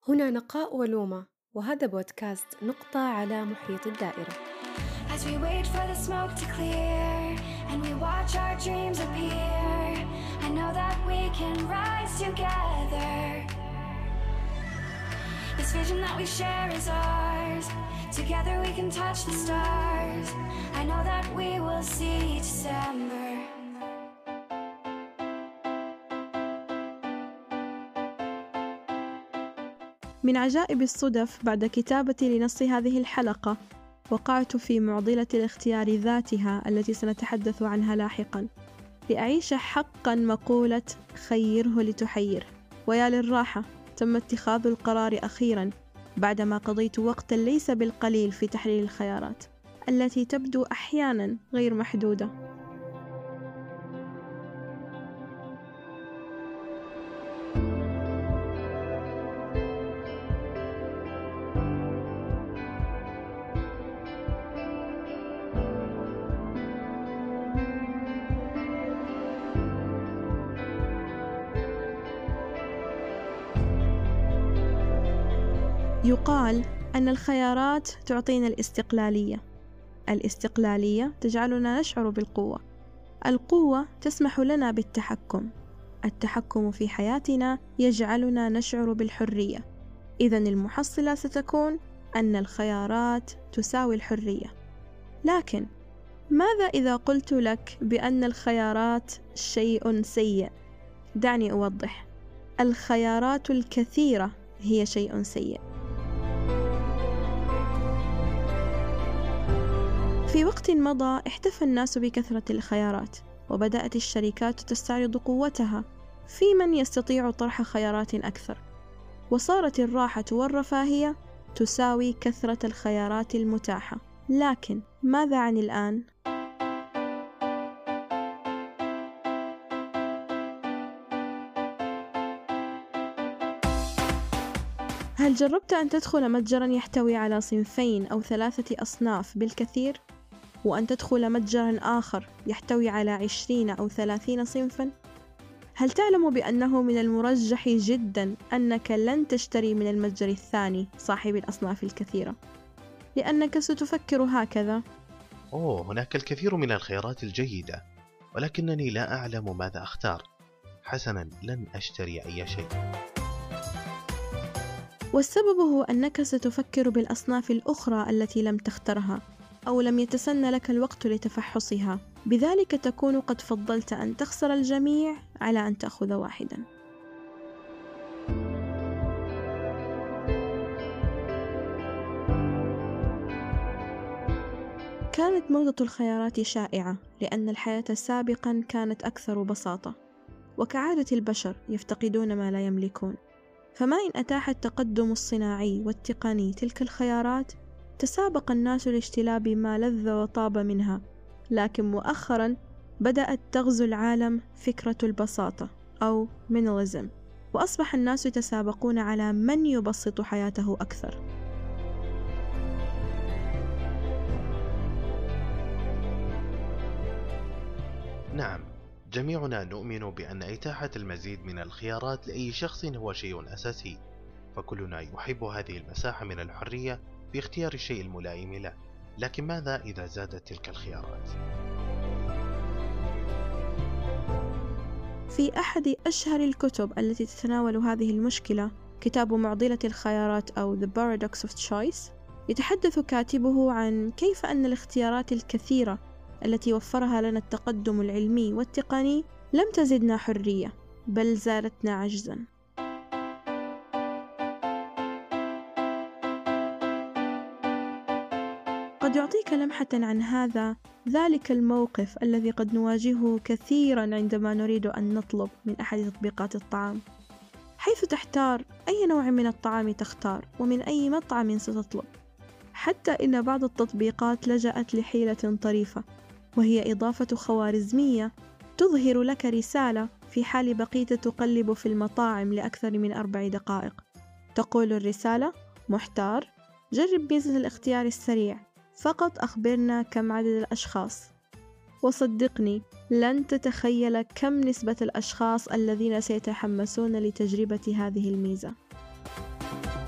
هنا نقاء ولومة، وهذا بودكاست نقطة على محيط الدائرة. As we wait for the smoke to clear and we watch our dreams appear, I know that we can rise together. This vision that we share is ours. Together we can touch the stars. I know that we will see December. من عجائب الصدف بعد كتابتي لنص هذه الحلقة وقعت في معضلة الاختيار ذاتها التي سنتحدث عنها لاحقاً، لأعيش حقاً مقولة خيره لتحيره. ويا للراحة، تم اتخاذ القرار أخيراً بعدما قضيت وقتاً ليس بالقليل في تحليل الخيارات التي تبدو أحياناً غير محدودة. يقال أن الخيارات تعطينا الاستقلالية تجعلنا نشعر بالقوة، القوة تسمح لنا التحكم في حياتنا يجعلنا نشعر بالحرية. إذن المحصلة ستكون أن الخيارات تساوي الحرية. لكن ماذا إذا قلت لك بأن الخيارات شيء سيء؟ دعني أوضح، الخيارات الكثيرة هي شيء سيء. في وقت مضى احتفى الناس بكثرة الخيارات، وبدأت الشركات تستعرض قوتها في من يستطيع طرح خيارات أكثر، وصارت الراحة والرفاهية تساوي كثرة الخيارات المتاحة. لكن ماذا عن الآن؟ هل جربت أن تدخل متجراً يحتوي على صنفين أو 3 أصناف بالكثير، وأن تدخل متجراً آخر يحتوي على 20 أو 30 صنفاً؟ هل تعلم بأنه من المرجح جداً أنك لن تشتري من المتجر الثاني صاحب الأصناف الكثيرة، لأنك ستفكر هكذا: هناك الكثير من الخيارات الجيدة، ولكنني لا أعلم ماذا أختار. حسناً، لن أشتري أي شيء. والسبب هو أنك ستفكر بالأصناف الأخرى التي لم تخترها أو لم يتسنى لك الوقت لتفحصها، بذلك تكون قد فضلت أن تخسر الجميع على أن تأخذ واحدا. كانت موضة الخيارات شائعة لأن الحياة سابقا كانت أكثر بساطة، وكعادة البشر يفتقدون ما لا يملكون، فما إن أتاح التقدم الصناعي والتقني تلك الخيارات تسابق الناس لاجتلاب ما لذ وطاب منها. لكن مؤخرا بدأت تغزو العالم فكرة البساطة أو minimalism، وأصبح الناس يتسابقون على من يبسط حياته أكثر. نعم، جميعنا نؤمن بأن إتاحة المزيد من الخيارات لأي شخص هو شيء أساسي، فكلنا يحب هذه المساحة من الحرية في اختيار الشيء الملائم له. لكن ماذا إذا زادت تلك الخيارات؟ في أحد أشهر الكتب التي تتناول هذه المشكلة، كتاب معضلة الخيارات أو The Paradox of Choice، يتحدث كاتبه عن كيف أن الاختيارات الكثيرة التي وفرها لنا التقدم العلمي والتقني لم تزدنا حرية، بل زادتنا عجزاً. قد يعطيك لمحة عن هذا ذلك الموقف الذي قد نواجهه كثيراً عندما نريد أن نطلب من أحد تطبيقات الطعام، حيث تحتار أي نوع من الطعام تختار ومن أي مطعم ستطلب، حتى إن بعض التطبيقات لجأت لحيلة طريفة، وهي إضافة خوارزمية تظهر لك رسالة في حال بقيت تقلب في المطاعم لأكثر من 4 دقائق. تقول الرسالة: محتار، جرب ميزة الاختيار السريع، فقط أخبرنا كم عدد الأشخاص. وصدقني لن تتخيل كم نسبة الأشخاص الذين سيتحمسون لتجربة هذه الميزة.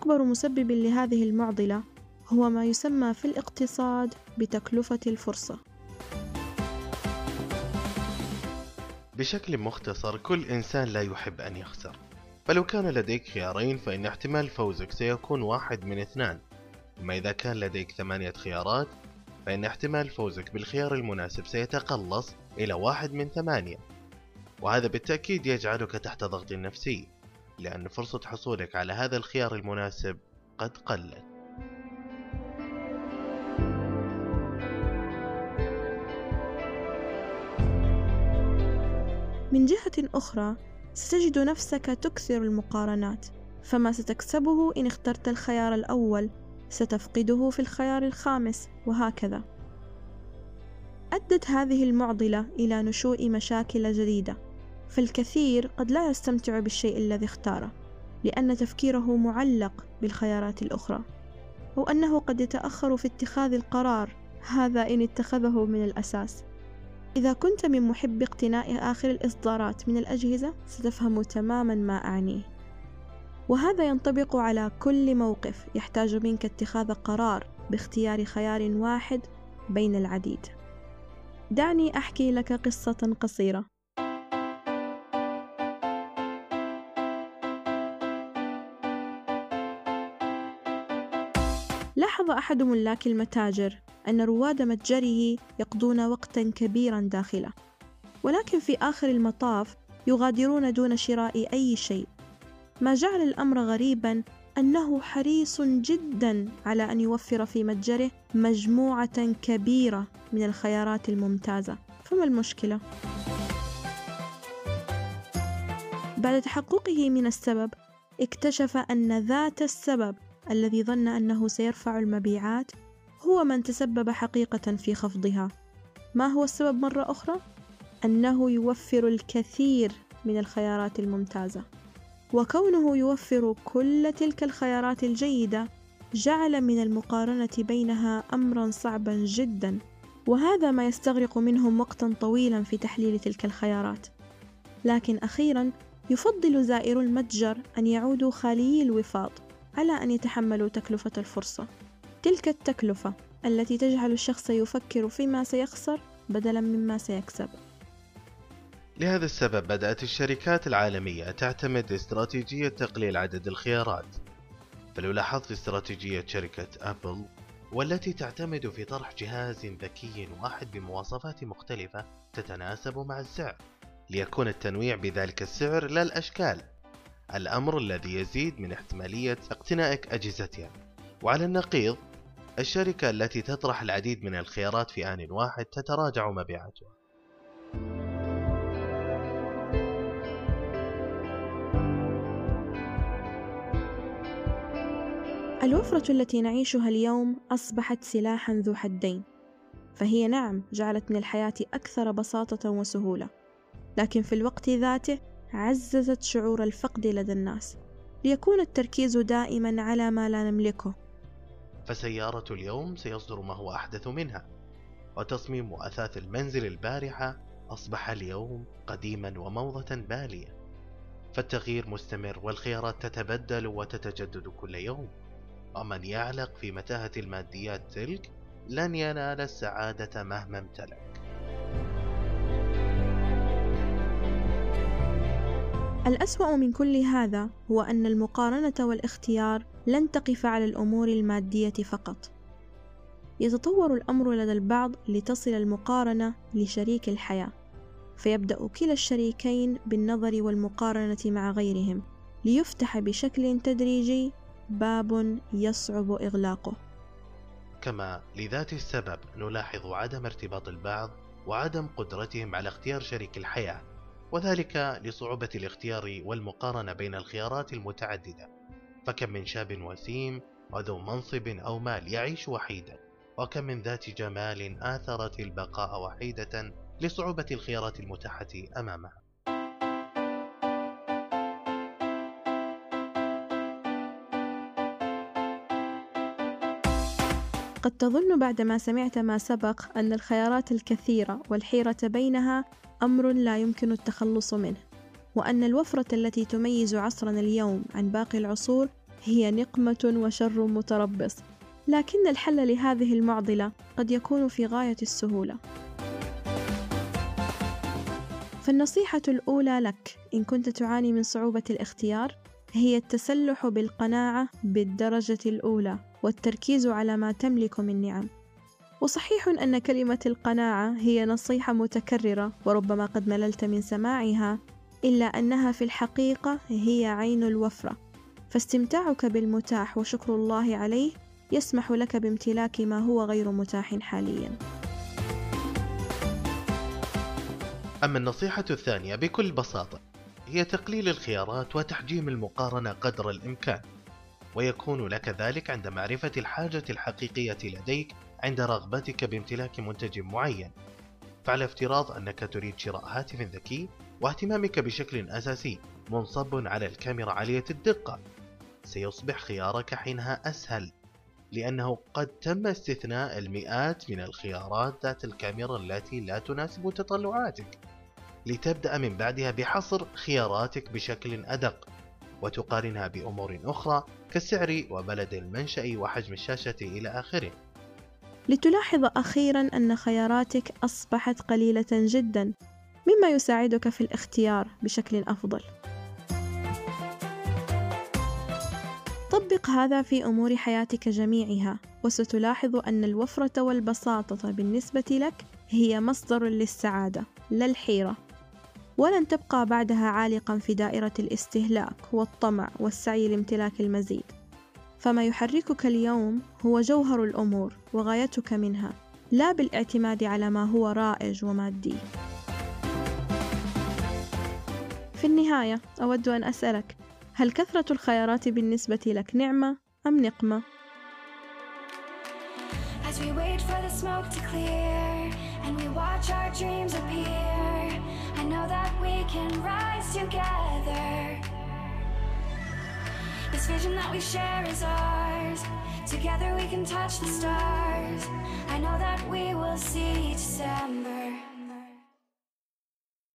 وأكبر مسبب لهذه المعضلة هو ما يسمى في الاقتصاد بتكلفة الفرصة. بشكل مختصر، كل إنسان لا يحب أن يخسر، فلو كان لديك خيارين فإن احتمال فوزك سيكون 1 من 2. أما إذا كان لديك 8 خيارات فإن احتمال فوزك بالخيار المناسب سيتقلص إلى 1 من 8، وهذا بالتأكيد يجعلك تحت ضغط نفسي، لأن فرصة حصولك على هذا الخيار المناسب قد قلت. من جهة أخرى، ستجد نفسك تكثر المقارنات، فما ستكسبه إن اخترت الخيار الأول ستفقده في الخيار الخامس، وهكذا. أدت هذه المعضلة إلى نشوء مشاكل جديدة، فالكثير قد لا يستمتع بالشيء الذي اختاره لأن تفكيره معلق بالخيارات الأخرى، أو أنه قد يتأخر في اتخاذ القرار، هذا إن اتخذه من الأساس. إذا كنت من محب اقتناء آخر الإصدارات من الأجهزة ستفهم تماماً ما أعنيه، وهذا ينطبق على كل موقف يحتاج منك اتخاذ قرار باختيار خيار واحد بين العديد. دعني أحكي لك قصة قصيرة. لاحظ أحد ملاك المتاجر أن رواد متجره يقضون وقتاً كبيراً داخله، ولكن في آخر المطاف يغادرون دون شراء أي شيء. ما جعل الأمر غريباً أنه حريص جداً على أن يوفر في متجره مجموعة كبيرة من الخيارات الممتازة. فما المشكلة؟ بعد تحققه من السبب، اكتشف أن ذات السبب الذي ظن أنه سيرفع المبيعات هو من تسبب حقيقة في خفضها. ما هو السبب مرة أخرى؟ أنه يوفر الكثير من الخيارات الممتازة، وكونه يوفر كل تلك الخيارات الجيدة جعل من المقارنة بينها أمرا صعبا جدا، وهذا ما يستغرق منهم وقتا طويلا في تحليل تلك الخيارات. لكن أخيرا يفضل زائر المتجر أن يعودوا خاليي الوفاض على أن يتحملوا تكلفة الفرصة، تلك التكلفة التي تجعل الشخص يفكر فيما سيخسر بدلا مما سيكسب. لهذا السبب بدأت الشركات العالمية تعتمد استراتيجية تقليل عدد الخيارات. فلو لاحظت استراتيجية شركة أبل والتي تعتمد في طرح جهاز ذكي واحد بمواصفات مختلفة تتناسب مع السعر، ليكون التنويع بذلك السعر لا الأشكال، الأمر الذي يزيد من احتمالية اقتنائك أجهزتها. وعلى النقيض، الشركة التي تطرح العديد من الخيارات في آن واحد تتراجع مبيعاتها. الوفرة التي نعيشها اليوم أصبحت سلاحاً ذو حدين، فهي نعم جعلت من الحياة أكثر بساطة وسهولة، لكن في الوقت ذاته عززت شعور الفقد لدى الناس، ليكون التركيز دائماً على ما لا نملكه. فسيارة اليوم سيصدر ما هو أحدث منها، وتصميم أثاث المنزل البارحة أصبح اليوم قديما وموضة بالية. فالتغيير مستمر والخيارات تتبدل وتتجدد كل يوم، ومن يعلق في متاهة الماديات تلك لن ينال السعادة مهما امتلك. الأسوأ من كل هذا هو أن المقارنة والاختيار لن تقف على الأمور المادية فقط. يتطور الأمر لدى البعض لتصل المقارنة لشريك الحياة، فيبدأ كلا الشريكين بالنظر والمقارنة مع غيرهم، ليفتح بشكل تدريجي باب يصعب إغلاقه. كما لذات السبب نلاحظ عدم ارتباط البعض وعدم قدرتهم على اختيار شريك الحياة، وذلك لصعوبة الاختيار والمقارنة بين الخيارات المتعددة. فكم من شاب وسيم وذو منصب أو مال يعيش وحيدا، وكم من ذات جمال آثرت البقاء وحيدة لصعوبة الخيارات المتاحة أمامها. قد تظن بعدما سمعت ما سبق أن الخيارات الكثيرة والحيرة بينها أمر لا يمكن التخلص منه، وأن الوفرة التي تميز عصرنا اليوم عن باقي العصور هي نقمة وشر متربص، لكن الحل لهذه المعضلة قد يكون في غاية السهولة. فالنصيحة الأولى لك إن كنت تعاني من صعوبة الاختيار هي التسلح بالقناعة بالدرجة الأولى والتركيز على ما تملك من نعم. وصحيح أن كلمة القناعة هي نصيحة متكررة وربما قد مللت من سماعها، إلا أنها في الحقيقة هي عين الوفرة، فاستمتاعك بالمتاح وشكر الله عليه يسمح لك بامتلاك ما هو غير متاح حالياً. أما النصيحة الثانية بكل بساطة هي تقليل الخيارات وتحجيم المقارنة قدر الإمكان، ويكون لك ذلك عند معرفة الحاجة الحقيقية لديك عند رغبتك بامتلاك منتج معين. فعلى افتراض أنك تريد شراء هاتف ذكي واهتمامك بشكل أساسي منصب على الكاميرا عالية الدقة، سيصبح خيارك حينها أسهل، لأنه قد تم استثناء المئات من الخيارات ذات الكاميرا التي لا تناسب تطلعاتك، لتبدأ من بعدها بحصر خياراتك بشكل أدق وتقارنها بأمور أخرى كالسعر وبلد المنشأ وحجم الشاشة إلى آخره. لتلاحظ أخيراً أن خياراتك أصبحت قليلة جداً، مما يساعدك في الاختيار بشكل أفضل. طبق هذا في أمور حياتك جميعها، وستلاحظ أن الوفرة والبساطة بالنسبة لك هي مصدر للسعادة لا الحيرة، ولن تبقى بعدها عالقاً في دائرة الاستهلاك والطمع والسعي لامتلاك المزيد. فما يحركك اليوم هو جوهر الأمور وغايتك منها، لا بالاعتماد على ما هو رائج ومادي. في النهاية أود أن أسألك، هل كثرة الخيارات بالنسبة لك نعمة أم نقمة؟ As we wait for the smoke to clear and we watch our dreams appear, I know that we can rise together. This vision that we share is ours. Together we can touch the stars. I know that we will see December.